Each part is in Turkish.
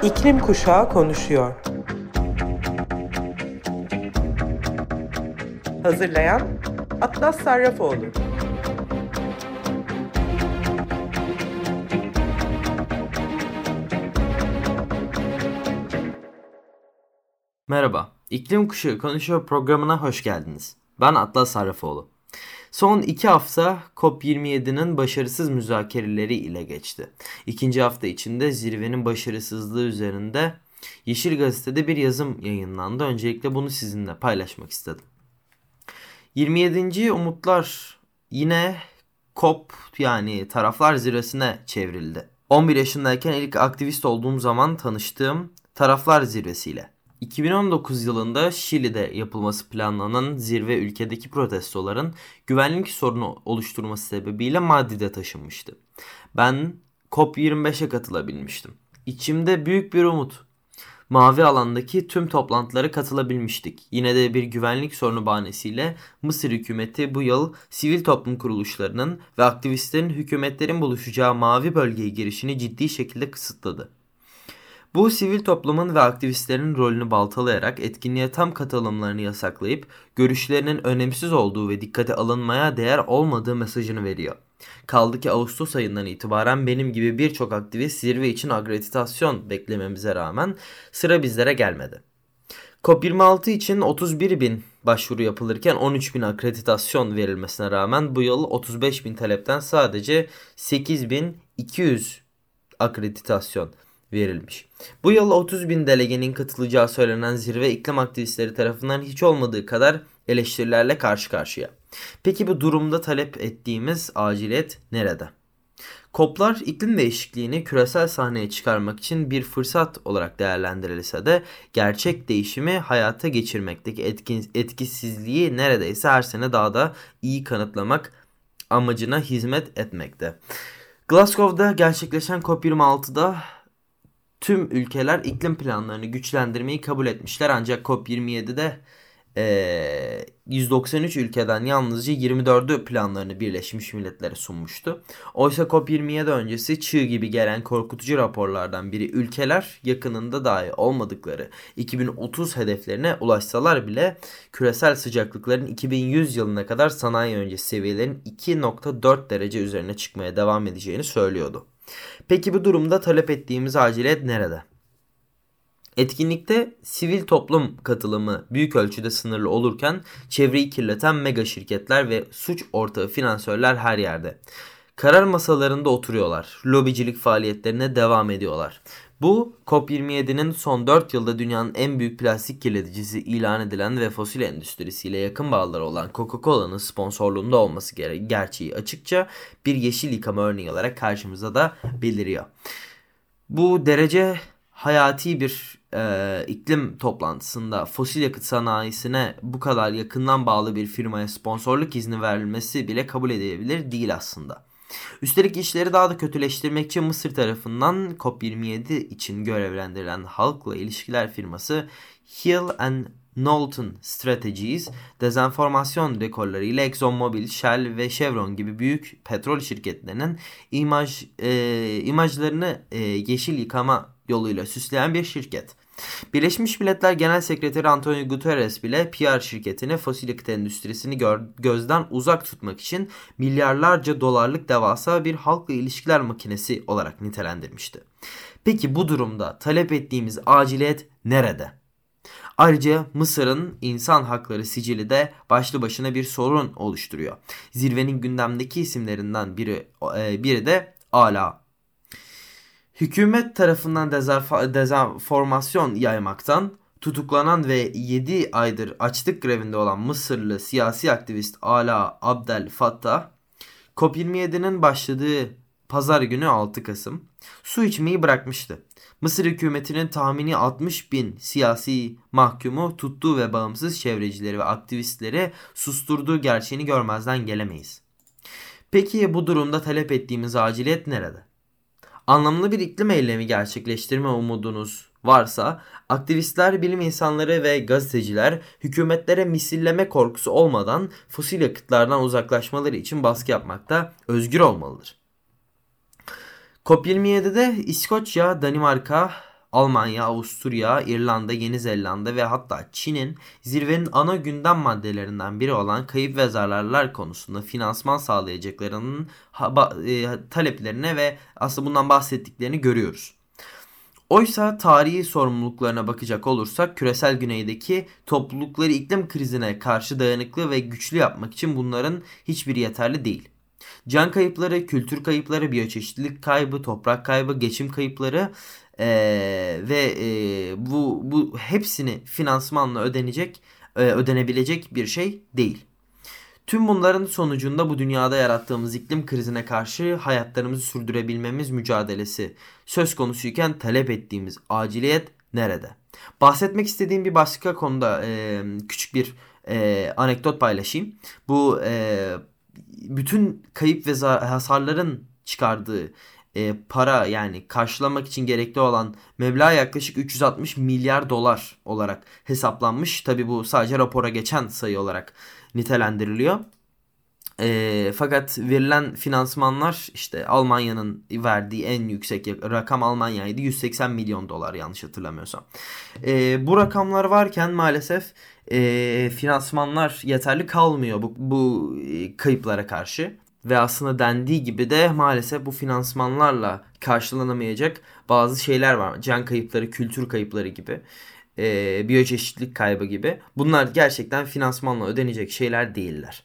İklim Kuşağı konuşuyor. Hazırlayan Atlas Sarrafoğlu. Merhaba, İklim Kuşağı konuşuyor programına hoş geldiniz. Ben Atlas Sarrafoğlu. Son 2 hafta COP27'nin başarısız müzakereleri ile geçti. İkinci hafta içinde zirvenin başarısızlığı üzerinde Yeşil Gazete'de bir yazım yayınlandı. Öncelikle bunu sizinle paylaşmak istedim. 27. umutlar yine COP yani taraflar zirvesine çevrildi. 11 yaşındayken ilk aktivist olduğum zaman tanıştığım taraflar zirvesiyle. 2019 yılında Şili'de yapılması planlanan zirve ülkedeki protestoların güvenlik sorunu oluşturması sebebiyle Madrid'e taşınmıştı. Ben COP25'e katılabilmiştim. İçimde büyük bir umut. Mavi alandaki tüm toplantılara katılabilmiştik. Yine de bir güvenlik sorunu bahanesiyle Mısır hükümeti bu yıl sivil toplum kuruluşlarının ve aktivistlerin hükümetlerin buluşacağı mavi bölgeye girişini ciddi şekilde kısıtladı. Bu sivil toplumun ve aktivistlerin rolünü baltalayarak etkinliğe tam katılımlarını yasaklayıp görüşlerinin önemsiz olduğu ve dikkate alınmaya değer olmadığı mesajını veriyor. Kaldı ki Ağustos ayından itibaren benim gibi birçok aktivist zirve için akreditasyon beklememize rağmen sıra bizlere gelmedi. COP26 için 31 bin başvuru yapılırken 13 bin akreditasyon verilmesine rağmen bu yıl 35 bin talepten sadece 8.200 akreditasyon verilmiş. Bu yıl 30 bin delegenin katılacağı söylenen zirve iklim aktivistleri tarafından hiç olmadığı kadar eleştirilerle karşı karşıya. Peki bu durumda talep ettiğimiz aciliyet nerede? COP'lar iklim değişikliğini küresel sahneye çıkarmak için bir fırsat olarak değerlendirilse de gerçek değişimi hayata geçirmekteki etkisizliği neredeyse her sene daha da iyi kanıtlamak amacına hizmet etmekte. Glasgow'da gerçekleşen COP26'da tüm ülkeler iklim planlarını güçlendirmeyi kabul etmişler ancak COP27'de 193 ülkeden yalnızca 24'ü planlarını Birleşmiş Milletler'e sunmuştu. Oysa COP27 öncesi çığ gibi gelen korkutucu raporlardan biri ülkeler yakınında dahi olmadıkları 2030 hedeflerine ulaşsalar bile küresel sıcaklıkların 2100 yılına kadar sanayi öncesi seviyelerin 2.4 derece üzerine çıkmaya devam edeceğini söylüyordu. Peki bu durumda talep ettiğimiz aciliyet nerede? Etkinlikte sivil toplum katılımı büyük ölçüde sınırlı olurken çevreyi kirleten mega şirketler ve suç ortağı finansörler her yerde. Karar masalarında oturuyorlar, lobicilik faaliyetlerine devam ediyorlar. Bu COP27'nin son 4 yılda dünyanın en büyük plastik kirleticisi ilan edilen ve fosil endüstrisiyle yakın bağları olan Coca-Cola'nın sponsorluğunda olması gerçeği açıkça bir yeşil yıkama örneği olarak karşımıza da beliriyor. Bu derece hayati bir iklim toplantısında fosil yakıt sanayisine bu kadar yakından bağlı bir firmaya sponsorluk izni verilmesi bile kabul edilebilir değil aslında. Üstelik işleri daha da kötüleştirmek için Mısır tarafından COP27 için görevlendirilen halkla ilişkiler firması Hill and Knowlton Strategies, dezenformasyon dekorlarıyla ExxonMobil, Shell ve Chevron gibi büyük petrol şirketlerinin imajlarını yeşil yıkama yoluyla süsleyen bir şirket. Birleşmiş Milletler Genel Sekreteri Antonio Guterres bile PR şirketini fosil yakıt endüstrisini gözden uzak tutmak için milyarlarca dolarlık devasa bir halkla ilişkiler makinesi olarak nitelendirmişti. Peki bu durumda talep ettiğimiz aciliyet nerede? Ayrıca Mısır'ın insan hakları sicili de başlı başına bir sorun oluşturuyor. Zirvenin gündemdeki isimlerinden biri de Ala. Hükümet tarafından dezenformasyon yaymaktan tutuklanan ve 7 aydır açlık grevinde olan Mısırlı siyasi aktivist Ala Abdel Fattah, COP27'nin başladığı pazar günü 6 Kasım su içmeyi bırakmıştı. Mısır hükümetinin tahmini 60 bin siyasi mahkumu tuttuğu ve bağımsız çevrecileri ve aktivistleri susturduğu gerçeğini görmezden gelemeyiz. Peki bu durumda talep ettiğimiz aciliyet nerede? Anlamlı bir iklim eylemi gerçekleştirme umudunuz varsa aktivistler, bilim insanları ve gazeteciler hükümetlere misilleme korkusu olmadan fosil yakıtlardan uzaklaşmaları için baskı yapmakta özgür olmalıdır. COP27'de İskoçya, Danimarka, Almanya, Avusturya, İrlanda, Yeni Zelanda ve hatta Çin'in zirvenin ana gündem maddelerinden biri olan kayıp ve zararlar konusunda finansman sağlayacaklarının taleplerine ve aslında bundan bahsettiklerini görüyoruz. Oysa tarihi sorumluluklarına bakacak olursak küresel güneydeki toplulukları iklim krizine karşı dayanıklı ve güçlü yapmak için bunların hiçbiri yeterli değil. Can kayıpları, kültür kayıpları, biyoçeşitlilik kaybı, toprak kaybı, geçim kayıpları bu hepsini finansmanla ödenebilecek bir şey değil. Tüm bunların sonucunda bu dünyada yarattığımız iklim krizine karşı hayatlarımızı sürdürebilmemiz mücadelesi söz konusuyken talep ettiğimiz aciliyet nerede? Bahsetmek istediğim bir başka konuda küçük bir anekdot paylaşayım. Bu bütün kayıp ve hasarların çıkardığı para, yani karşılamak için gerekli olan meblağ yaklaşık 360 milyar dolar olarak hesaplanmış. Tabi bu sadece rapora geçen sayı olarak nitelendiriliyor. Fakat verilen finansmanlar, işte Almanya'nın verdiği en yüksek rakam Almanya'ydı. 180 milyon dolar yanlış hatırlamıyorsam. Bu rakamlar varken maalesef finansmanlar yeterli kalmıyor bu kayıplara karşı. Ve aslında dendiği gibi de maalesef bu finansmanlarla karşılanamayacak bazı şeyler var. Can kayıpları, kültür kayıpları gibi, biyoçeşitlilik kaybı gibi. Bunlar gerçekten finansmanla ödenecek şeyler değiller.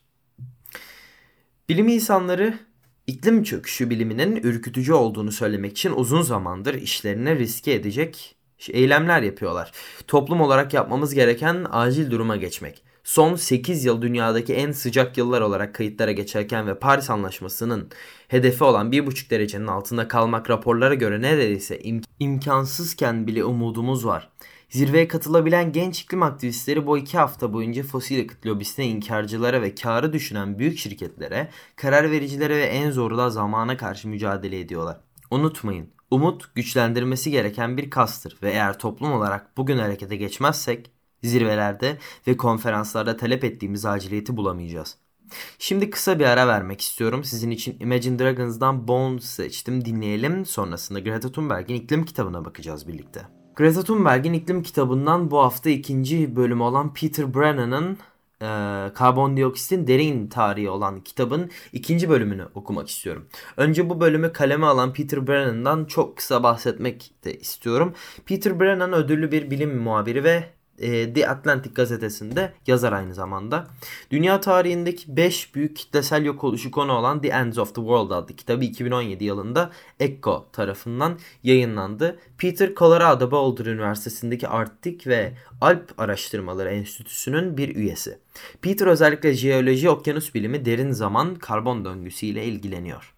Bilim insanları iklim çöküşü biliminin ürkütücü olduğunu söylemek için uzun zamandır işlerine riske edecek eylemler yapıyorlar. Toplum olarak yapmamız gereken acil duruma geçmek. Son 8 yıl dünyadaki en sıcak yıllar olarak kayıtlara geçerken ve Paris Anlaşması'nın hedefi olan 1,5 derecenin altında kalmak raporlara göre neredeyse imkansızken bile umudumuz var. Zirveye katılabilen genç iklim aktivistleri bu 2 hafta boyunca fosil yakıt lobisine, inkarcılara ve karı düşünen büyük şirketlere, karar vericilere ve en zoru da zamana karşı mücadele ediyorlar. Unutmayın, umut güçlendirmesi gereken bir kastır ve eğer toplum olarak bugün harekete geçmezsek zirvelerde ve konferanslarda talep ettiğimiz aciliyeti bulamayacağız. Şimdi kısa bir ara vermek istiyorum. Sizin için Imagine Dragons'dan Bones seçtim. Dinleyelim. Sonrasında Greta Thunberg'in iklim kitabına bakacağız birlikte. Greta Thunberg'in iklim kitabından bu hafta 2. bölümü olan Peter Brennan'ın Karbondioksitin Derin Tarihi olan kitabın 2. bölümünü okumak istiyorum. Önce bu bölümü kaleme alan Peter Brennan'dan çok kısa bahsetmek de istiyorum. Peter Brennan ödüllü bir bilim muhabiri ve The Atlantic gazetesinde yazar aynı zamanda. Dünya tarihindeki 5 büyük kitlesel yok oluşu konu olan The Ends of the World adlı kitabı 2017 yılında Ecco tarafından yayınlandı. Peter, Colorado Boulder Üniversitesi'ndeki Arktik ve Alp Araştırmaları Enstitüsü'nün bir üyesi. Peter özellikle jeoloji, okyanus bilimi, derin zaman, karbon döngüsü ile ilgileniyor.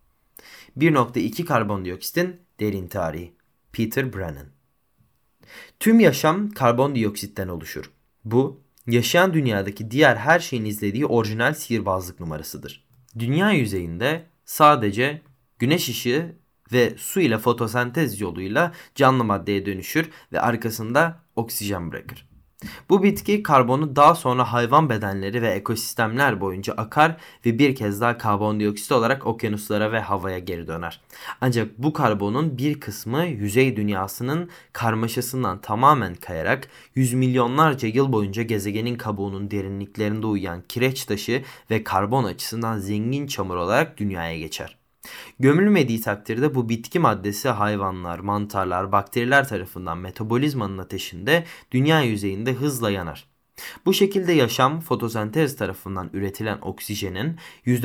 1.2 Karbondioksitin derin tarihi. Peter Brennan. Tüm yaşam karbondioksitten oluşur. Bu, yaşayan dünyadaki diğer her şeyin izlediği orijinal sihirbazlık numarasıdır. Dünya yüzeyinde sadece güneş ışığı ve su ile fotosentez yoluyla canlı maddeye dönüşür ve arkasında oksijen bırakır. Bu bitki karbonu daha sonra hayvan bedenleri ve ekosistemler boyunca akar ve bir kez daha karbondioksit olarak okyanuslara ve havaya geri döner. Ancak bu karbonun bir kısmı yüzey dünyasının karmaşasından tamamen kayarak yüz milyonlarca yıl boyunca gezegenin kabuğunun derinliklerinde uyuyan kireç taşı ve karbon açısından zengin çamur olarak dünyaya geçer. Gömülmediği takdirde bu bitki maddesi hayvanlar, mantarlar, bakteriler tarafından metabolizmanın ateşinde dünya yüzeyinde hızla yanar. Bu şekilde yaşam fotosentez tarafından üretilen oksijenin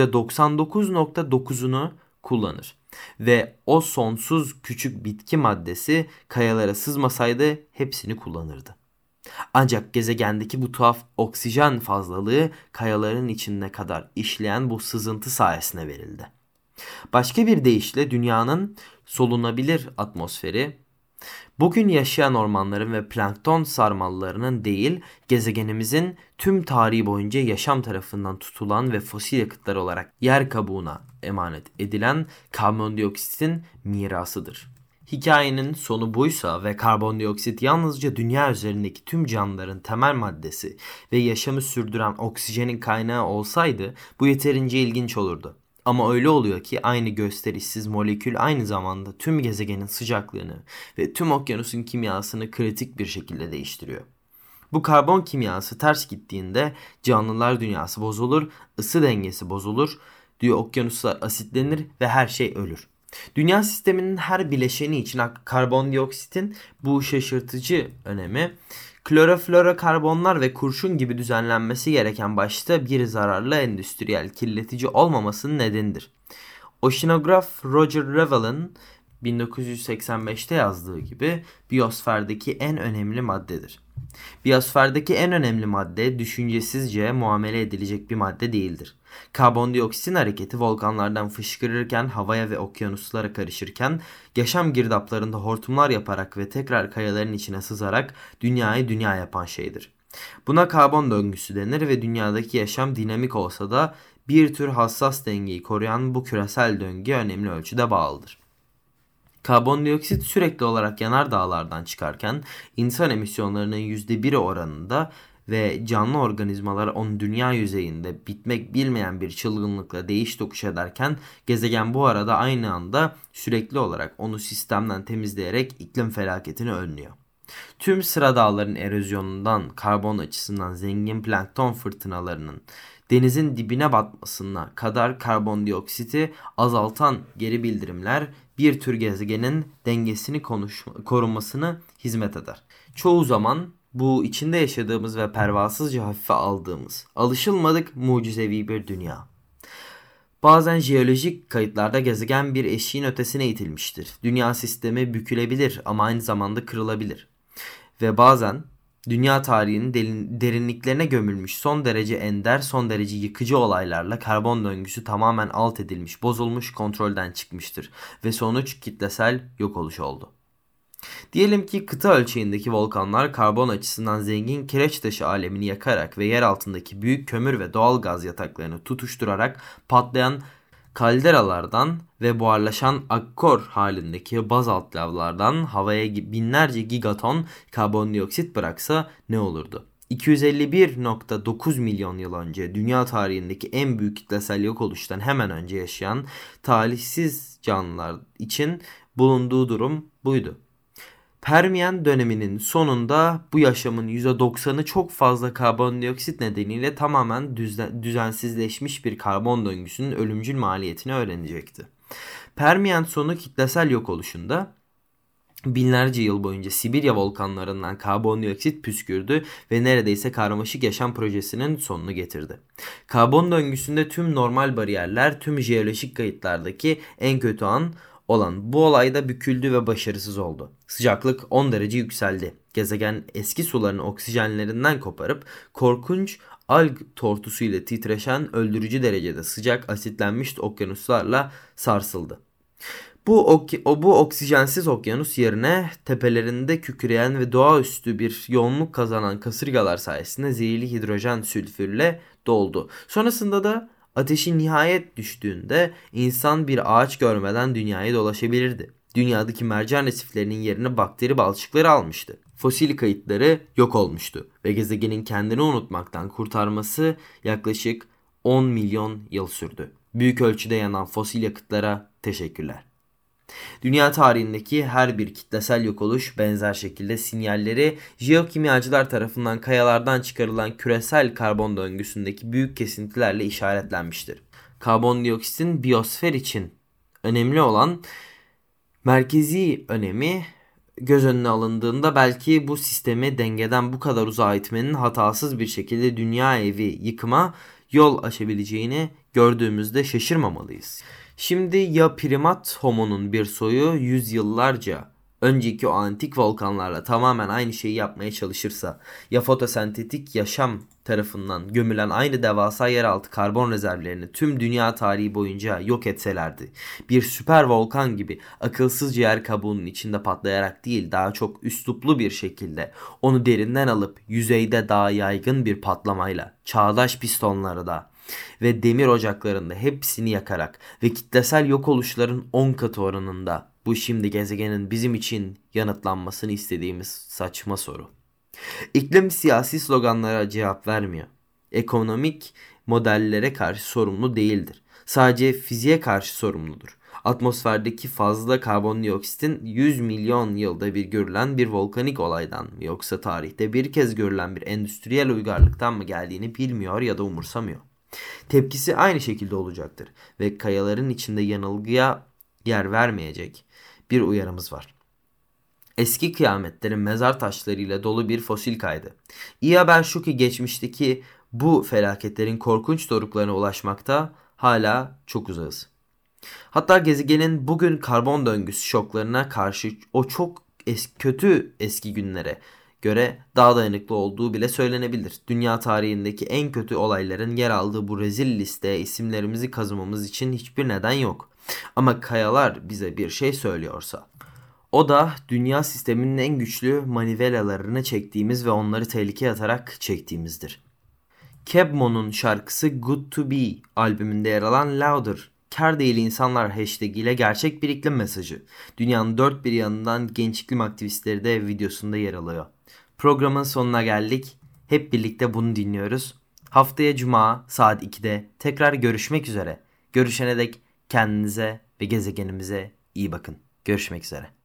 %99.9'unu kullanır. Ve o sonsuz küçük bitki maddesi kayalara sızmasaydı hepsini kullanırdı. Ancak gezegendeki bu tuhaf oksijen fazlalığı kayaların içine kadar işleyen bu sızıntı sayesinde verildi. Başka bir deyişle dünyanın solunabilir atmosferi, bugün yaşayan ormanların ve plankton sarmallarının değil, gezegenimizin tüm tarihi boyunca yaşam tarafından tutulan ve fosil yakıtlar olarak yer kabuğuna emanet edilen karbondioksitin mirasıdır. Hikayenin sonu buysa ve karbondioksit yalnızca dünya üzerindeki tüm canlıların temel maddesi ve yaşamı sürdüren oksijenin kaynağı olsaydı bu yeterince ilginç olurdu. Ama öyle oluyor ki aynı gösterişsiz molekül aynı zamanda tüm gezegenin sıcaklığını ve tüm okyanusun kimyasını kritik bir şekilde değiştiriyor. Bu karbon kimyası ters gittiğinde canlılar dünyası bozulur, ısı dengesi bozulur, okyanuslar asitlenir ve her şey ölür. Dünya sisteminin her bileşeni için karbondioksitin bu şaşırtıcı önemi, kloroflorokarbonlar ve kurşun gibi düzenlenmesi gereken başta bir zararlı endüstriyel kirletici olmamasının nedenidir. Oşinograf Roger Revel'ın 1985'te yazdığı gibi biyosferdeki en önemli maddedir. Biyosferdeki en önemli madde düşüncesizce muamele edilecek bir madde değildir. Karbondioksitin hareketi volkanlardan fışkırırken, havaya ve okyanuslara karışırken, yaşam girdaplarında hortumlar yaparak ve tekrar kayaların içine sızarak dünyayı dünya yapan şeydir. Buna karbon döngüsü denir ve dünyadaki yaşam dinamik olsa da bir tür hassas dengeyi koruyan bu küresel döngü önemli ölçüde bağlıdır. Karbondioksit sürekli olarak yanardağlardan çıkarken insan emisyonlarının %1'i oranında ve canlı organizmalar onu dünya yüzeyinde bitmek bilmeyen bir çılgınlıkla değiş tokuş ederken gezegen bu arada aynı anda sürekli olarak onu sistemden temizleyerek iklim felaketini önlüyor. Tüm sıra dağların erozyonundan karbon açısından zengin plankton fırtınalarının denizin dibine batmasına kadar karbondioksiti azaltan geri bildirimler bir tür gezegenin dengesini korunmasını hizmet eder. Çoğu zaman bu içinde yaşadığımız ve pervasızca hafife aldığımız, alışılmadık mucizevi bir dünya. Bazen jeolojik kayıtlarda gezegen bir eşiğin ötesine itilmiştir. Dünya sistemi bükülebilir ama aynı zamanda kırılabilir. Ve bazen dünya tarihinin derinliklerine gömülmüş son derece ender, son derece yıkıcı olaylarla karbon döngüsü tamamen alt edilmiş, bozulmuş, kontrolden çıkmıştır ve sonuç kitlesel yok oluş oldu. Diyelim ki kıta ölçeğindeki volkanlar karbon açısından zengin kireç taşı alemini yakarak ve yer altındaki büyük kömür ve doğal gaz yataklarını tutuşturarak patlayan kalderalardan ve buharlaşan akkor halindeki bazalt lavlardan havaya binlerce gigaton karbondioksit bıraksa ne olurdu? 251,9 milyon yıl önce dünya tarihindeki en büyük kitlesel yok oluştan hemen önce yaşayan talihsiz canlılar için bulunduğu durum buydu. Permiyen döneminin sonunda bu yaşamın %90'ı çok fazla karbondioksit nedeniyle tamamen düzensizleşmiş bir karbon döngüsünün ölümcül maliyetini öğrenecekti. Permiyen sonu kitlesel yok oluşunda binlerce yıl boyunca Sibirya volkanlarından karbondioksit püskürdü ve neredeyse karmaşık yaşam projesinin sonunu getirdi. Karbon döngüsünde tüm normal bariyerler, tüm jeolojik kayıtlardaki en kötü an olan bu olayda büküldü ve başarısız oldu. Sıcaklık 10 derece yükseldi. Gezegen eski sularını oksijenlerinden koparıp korkunç alg tortusu ile titreşen öldürücü derecede sıcak asitlenmiş okyanuslarla sarsıldı. Bu oksijensiz okyanus yerine tepelerinde kükreyen ve doğaüstü bir yoğunluk kazanan kasırgalar sayesinde zehirli hidrojen sülfürle doldu. Sonrasında da ateşi nihayet düştüğünde insan bir ağaç görmeden dünyayı dolaşabilirdi. Dünyadaki mercan resiflerinin yerini bakteri balçıkları almıştı. Fosil kayıtları yok olmuştu ve gezegenin kendini unutmaktan kurtarması yaklaşık 10 milyon yıl sürdü. Büyük ölçüde yanan fosil yakıtlara teşekkürler. Dünya tarihindeki her bir kitlesel yok oluş benzer şekilde sinyalleri jeokimyacılar tarafından kayalardan çıkarılan küresel karbon döngüsündeki büyük kesintilerle işaretlenmiştir. Karbondioksitin biyosfer için önemli olan merkezi önemi göz önüne alındığında belki bu sistemi dengeden bu kadar uzağa itmenin hatasız bir şekilde dünya evi yıkıma yol açabileceğini gördüğümüzde şaşırmamalıyız. Şimdi ya primat homonun bir soyu yüzyıllarca önceki o antik volkanlarla tamamen aynı şeyi yapmaya çalışırsa, ya fotosentetik yaşam tarafından gömülen aynı devasa yeraltı karbon rezervlerini tüm dünya tarihi boyunca yok etselerdi, bir süper volkan gibi akılsızca yer kabuğunun içinde patlayarak değil, daha çok üsluplu bir şekilde onu derinden alıp yüzeyde daha yaygın bir patlamayla, çağdaş pistonları da ve demir ocaklarında hepsini yakarak ve kitlesel yok oluşların 10 katı oranında bu şimdi gezegenin bizim için yanıtlanmasını istediğimiz saçma soru. İklim siyasi sloganlara cevap vermiyor. Ekonomik modellere karşı sorumlu değildir. sadece fiziğe karşı sorumludur. Atmosferdeki fazla karbondioksitin 100 milyon yılda bir görülen bir volkanik olaydan mı yoksa tarihte bir kez görülen bir endüstriyel uygarlıktan mı geldiğini bilmiyor ya da umursamıyor. Tepkisi aynı şekilde olacaktır ve kayaların içinde yanılgıya yer vermeyecek bir uyarımız var. Eski kıyametlerin mezar taşlarıyla dolu bir fosil kaydı. İyi haber şu ki geçmişteki bu felaketlerin korkunç doruklarına ulaşmakta hala çok uzağız. Hatta gezegenin bugün karbon döngüsü şoklarına karşı o çok kötü eski günlere göre daha dayanıklı olduğu bile söylenebilir. Dünya tarihindeki en kötü olayların yer aldığı bu rezil listeye isimlerimizi kazımamız için hiçbir neden yok. Ama kayalar bize bir şey söylüyorsa, o da dünya sisteminin en güçlü manivelalarını çektiğimiz ve onları tehlikeye atarak çektiğimizdir. Kebmo'nun şarkısı Good to Be albümünde yer alan Louder, kar değil insanlar hashtag ile gerçek bir iklim mesajı. Dünyanın dört bir yanından genç iklim aktivistleri de videosunda yer alıyor. Programın sonuna geldik. Hep birlikte bunu dinliyoruz. Haftaya Cuma saat 2'de tekrar görüşmek üzere. Görüşene dek kendinize ve gezegenimize iyi bakın. Görüşmek üzere.